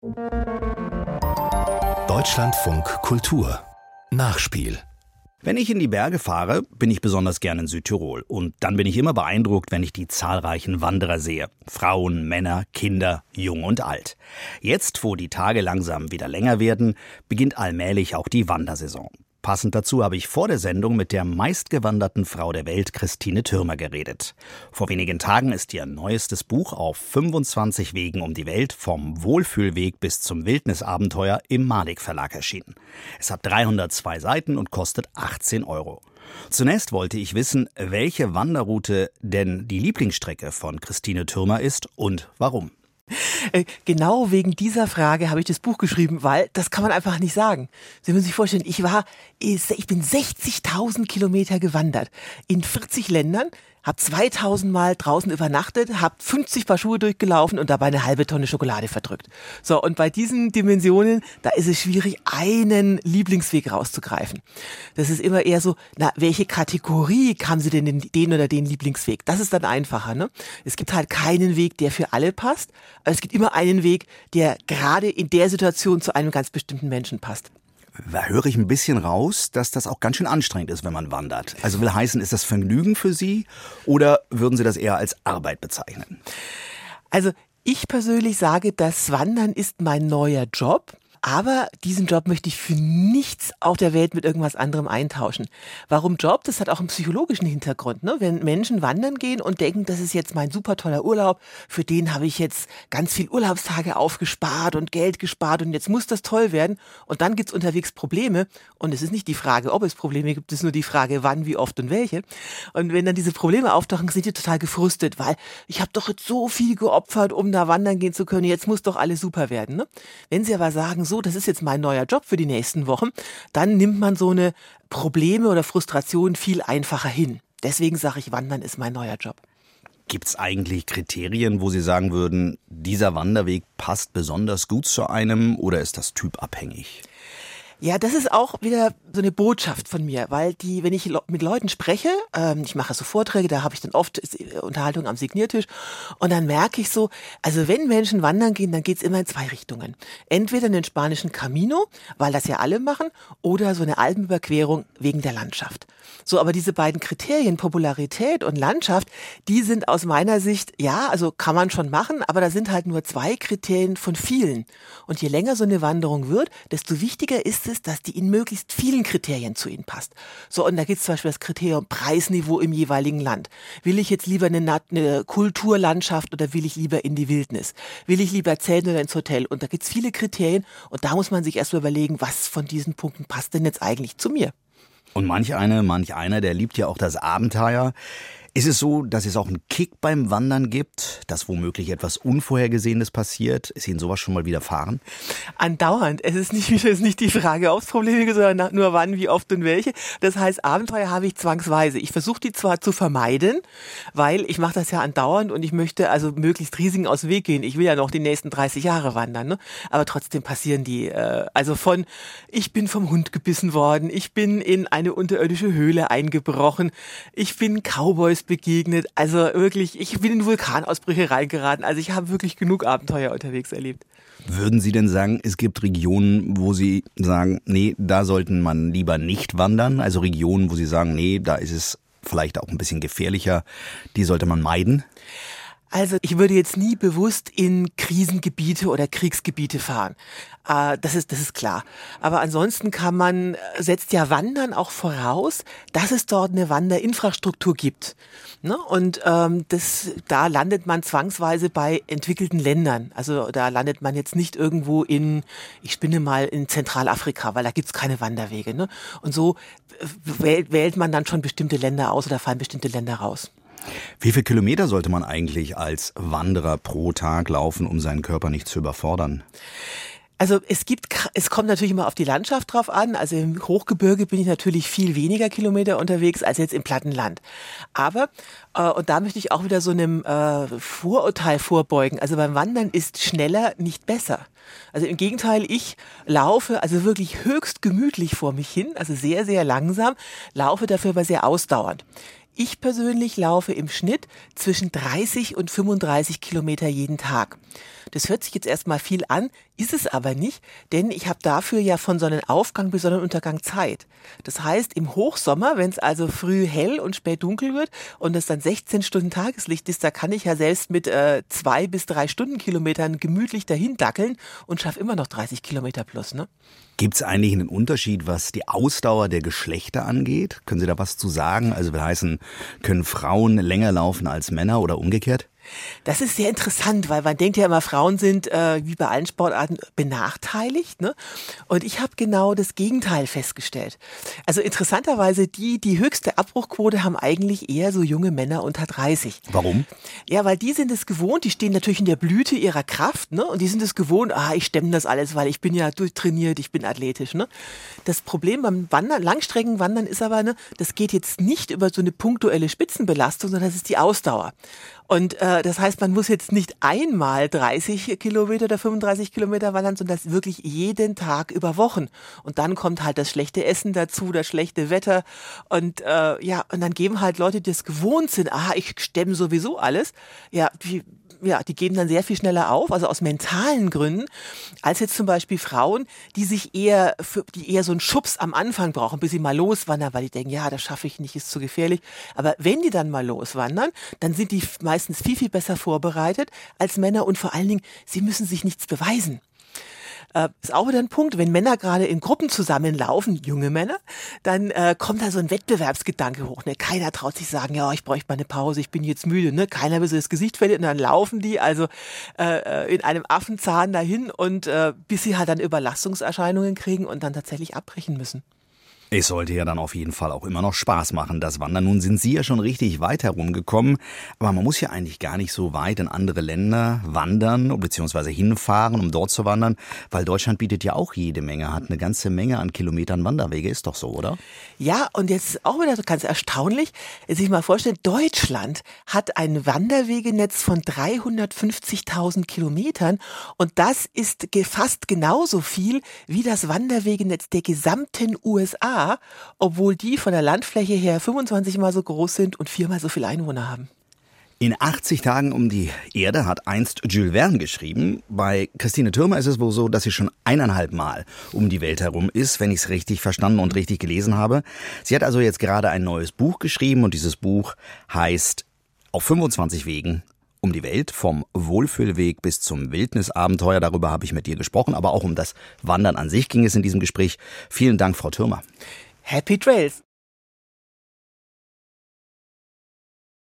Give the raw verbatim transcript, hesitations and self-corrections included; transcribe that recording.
Deutschlandfunk Kultur Nachspiel. Wenn ich in die Berge fahre, bin ich besonders gern in Südtirol. Und dann bin ich immer beeindruckt, wenn ich die zahlreichen Wanderer sehe. Frauen, Männer, Kinder, jung und alt. Jetzt, wo die Tage langsam wieder länger werden, beginnt allmählich auch die Wandersaison. Passend dazu habe ich vor der Sendung mit der meistgewanderten Frau der Welt, Christine Thürmer, geredet. Vor wenigen Tagen ist ihr neuestes Buch auf fünfundzwanzig Wegen um die Welt, vom Wohlfühlweg bis zum Wildnisabenteuer, im Malik Verlag erschienen. Es hat dreihundertzwei Seiten und kostet achtzehn Euro. Zunächst wollte ich wissen, welche Wanderroute denn die Lieblingsstrecke von Christine Thürmer ist und warum. Genau wegen dieser Frage habe ich das Buch geschrieben, weil das kann man einfach nicht sagen. Sie müssen sich vorstellen, ich war, ich bin sechzigtausend Kilometer gewandert in vierzig Ländern, habe zweitausend Mal draußen übernachtet, habe fünfzig Paar Schuhe durchgelaufen und dabei eine halbe Tonne Schokolade verdrückt. So, und bei diesen Dimensionen, da ist es schwierig, einen Lieblingsweg rauszugreifen. Das ist immer eher so, na, welche Kategorie haben Sie denn den, den oder den Lieblingsweg? Das ist dann einfacher, ne? Es gibt halt keinen Weg, der für alle passt, aber es gibt immer einen Weg, der gerade in der Situation zu einem ganz bestimmten Menschen passt. Da höre ich ein bisschen raus, dass das auch ganz schön anstrengend ist, wenn man wandert. Also will heißen, ist das Vergnügen für Sie oder würden Sie das eher als Arbeit bezeichnen? Also ich persönlich sage, das Wandern ist mein neuer Job. Aber diesen Job möchte ich für nichts auf der Welt mit irgendwas anderem eintauschen. Warum Job? Das hat auch einen psychologischen Hintergrund, ne? Wenn Menschen wandern gehen und denken, das ist jetzt mein super toller Urlaub, für den habe ich jetzt ganz viel Urlaubstage aufgespart und Geld gespart und jetzt muss das toll werden. Und dann gibt's unterwegs Probleme. Und es ist nicht die Frage, ob es Probleme gibt, es ist nur die Frage, wann, wie oft und welche. Und wenn dann diese Probleme auftauchen, sind die total gefrustet, weil ich habe doch jetzt so viel geopfert, um da wandern gehen zu können. Jetzt muss doch alles super werden, ne? Wenn Sie aber sagen, so, das ist jetzt mein neuer Job für die nächsten Wochen, dann nimmt man so eine Probleme oder Frustration viel einfacher hin. Deswegen sage ich, Wandern ist mein neuer Job. Gibt es eigentlich Kriterien, wo Sie sagen würden, dieser Wanderweg passt besonders gut zu einem oder ist das typabhängig? Ja, das ist auch wieder so eine Botschaft von mir, weil die, wenn ich mit Leuten spreche, ähm, ich mache so Vorträge, da habe ich dann oft Unterhaltung am Signiertisch und dann merke ich so, also wenn Menschen wandern gehen, dann geht's immer in zwei Richtungen. Entweder in den spanischen Camino, weil das ja alle machen, oder so eine Alpenüberquerung wegen der Landschaft. So, aber diese beiden Kriterien, Popularität und Landschaft, die sind aus meiner Sicht, ja, also kann man schon machen, aber da sind halt nur zwei Kriterien von vielen. Und je länger so eine Wanderung wird, desto wichtiger ist es, dass die in möglichst vielen Kriterien zu ihnen passt. So, und da gibt es zum Beispiel das Kriterium Preisniveau im jeweiligen Land. Will ich jetzt lieber eine, eine Kulturlandschaft oder will ich lieber in die Wildnis? Will ich lieber zelten oder ins Hotel? Und da gibt es viele Kriterien und da muss man sich erst mal überlegen, was von diesen Punkten passt denn jetzt eigentlich zu mir? Und manch eine, manch einer, der liebt ja auch das Abenteuer. Ist es so, dass es auch einen Kick beim Wandern gibt, dass womöglich etwas Unvorhergesehenes passiert? Ist Ihnen sowas schon mal widerfahren? Andauernd. Es ist nicht, es ist nicht die Frage, ob es Probleme gibt, sondern nur wann, wie oft und welche. Das heißt, Abenteuer habe ich zwangsweise. Ich versuche die zwar zu vermeiden, weil ich mache das ja andauernd und ich möchte also möglichst Risiken aus dem Weg gehen. Ich will ja noch die nächsten dreißig Jahre wandern, ne? Aber trotzdem passieren die, äh, also von, ich bin vom Hund gebissen worden, ich bin in eine unterirdische Höhle eingebrochen, ich bin Cowboys begegnet, also wirklich, ich bin in Vulkanausbrüche reingeraten, also ich habe wirklich genug Abenteuer unterwegs erlebt. Würden Sie denn sagen, es gibt Regionen, wo Sie sagen, nee, da sollten man lieber nicht wandern, also Regionen, wo Sie sagen, nee, da ist es vielleicht auch ein bisschen gefährlicher, die sollte man meiden? Also ich würde jetzt nie bewusst in Krisengebiete oder Kriegsgebiete fahren. Äh, das ist, das ist klar. Aber ansonsten kann man, setzt ja Wandern auch voraus, dass es dort eine Wanderinfrastruktur gibt. Ne? Und ähm, das, da landet man zwangsweise bei entwickelten Ländern. Also da landet man jetzt nicht irgendwo in, ich spinne mal in Zentralafrika, weil da gibt's keine Wanderwege. Ne? Und so wählt, wählt man dann schon bestimmte Länder aus oder fallen bestimmte Länder raus. Wie viele Kilometer sollte man eigentlich als Wanderer pro Tag laufen, um seinen Körper nicht zu überfordern? Also es gibt, es kommt natürlich immer auf die Landschaft drauf an. Also im Hochgebirge bin ich natürlich viel weniger Kilometer unterwegs als jetzt im Plattenland. Aber, äh, und da möchte ich auch wieder so einem äh, Vorurteil vorbeugen. Also beim Wandern ist schneller nicht besser. Also im Gegenteil, ich laufe also wirklich höchst gemütlich vor mich hin, also sehr, sehr langsam, laufe dafür aber sehr ausdauernd. Ich persönlich laufe im Schnitt zwischen dreißig und fünfunddreißig Kilometer jeden Tag. Das hört sich jetzt erstmal viel an, ist es aber nicht, denn ich habe dafür ja von Sonnenaufgang bis Sonnenuntergang Zeit. Das heißt, im Hochsommer, wenn es also früh hell und spät dunkel wird und es dann sechzehn Stunden Tageslicht ist, da kann ich ja selbst mit äh, zwei bis drei Stundenkilometern gemütlich dahin dackeln und schaffe immer noch dreißig Kilometer plus, ne? Gibt es eigentlich einen Unterschied, was die Ausdauer der Geschlechter angeht? Können Sie da was zu sagen? Also will heißen, können Frauen länger laufen als Männer oder umgekehrt? Das ist sehr interessant, weil man denkt ja immer, Frauen sind äh, wie bei allen Sportarten benachteiligt, ne? Und ich habe genau das Gegenteil festgestellt. Also interessanterweise, die, die höchste Abbruchquote haben eigentlich eher so junge Männer unter dreißig. Warum? Ja, weil die sind es gewohnt, die stehen natürlich in der Blüte ihrer Kraft, ne? Und die sind es gewohnt, ah, ich stemme das alles, weil ich bin ja durchtrainiert, ich bin athletisch, ne? Das Problem beim Wandern, Langstreckenwandern ist aber, ne, das geht jetzt nicht über so eine punktuelle Spitzenbelastung, sondern das ist die Ausdauer. Und äh, das heißt, man muss jetzt nicht einmal dreißig Kilometer oder fünfunddreißig Kilometer wandern, sondern das wirklich jeden Tag über Wochen. Und dann kommt halt das schlechte Essen dazu, das schlechte Wetter. Und äh, ja, und dann geben halt Leute, die das gewohnt sind, aha, ich stemme sowieso alles, ja, die Ja, die geben dann sehr viel schneller auf, also aus mentalen Gründen, als jetzt zum Beispiel Frauen, die sich eher, für, die eher so einen Schubs am Anfang brauchen, bis sie mal loswandern, weil die denken, ja, das schaffe ich nicht, ist zu gefährlich. Aber wenn die dann mal loswandern, dann sind die meistens viel, viel besser vorbereitet als Männer und vor allen Dingen, sie müssen sich nichts beweisen. Äh, ist auch wieder ein Punkt, wenn Männer gerade in Gruppen zusammenlaufen, junge Männer, dann äh, kommt da so ein Wettbewerbsgedanke hoch. Ne? Keiner traut sich sagen, ja, ich bräuchte mal eine Pause, ich bin jetzt müde. Ne? Keiner will so das Gesicht verlieren und dann laufen die also äh, in einem Affenzahn dahin und äh, bis sie halt dann Überlastungserscheinungen kriegen und dann tatsächlich abbrechen müssen. Es sollte ja dann auf jeden Fall auch immer noch Spaß machen, das Wandern. Nun sind Sie ja schon richtig weit herumgekommen, aber man muss ja eigentlich gar nicht so weit in andere Länder wandern bzw. hinfahren, um dort zu wandern, weil Deutschland bietet ja auch jede Menge, hat eine ganze Menge an Kilometern Wanderwege, ist doch so, oder? Ja, und jetzt auch wieder so ganz erstaunlich, sich mal vorstellen, Deutschland hat ein Wanderwegenetz von dreihundertfünfzigtausend Kilometern und das ist fast genauso viel wie das Wanderwegenetz der gesamten U S A. Obwohl die von der Landfläche her fünfundzwanzig Mal so groß sind und viermal so viele Einwohner haben. In achtzig Tagen um die Erde hat einst Jules Verne geschrieben. Bei Christine Thürmer ist es wohl so, dass sie schon eineinhalb Mal um die Welt herum ist, wenn ich es richtig verstanden und richtig gelesen habe. Sie hat also jetzt gerade ein neues Buch geschrieben und dieses Buch heißt Auf fünfundzwanzig Wegen um die Welt, vom Wohlfühlweg bis zum Wildnisabenteuer. Darüber habe ich mit dir gesprochen, aber auch um das Wandern an sich ging es in diesem Gespräch. Vielen Dank, Frau Thürmer. Happy Trails!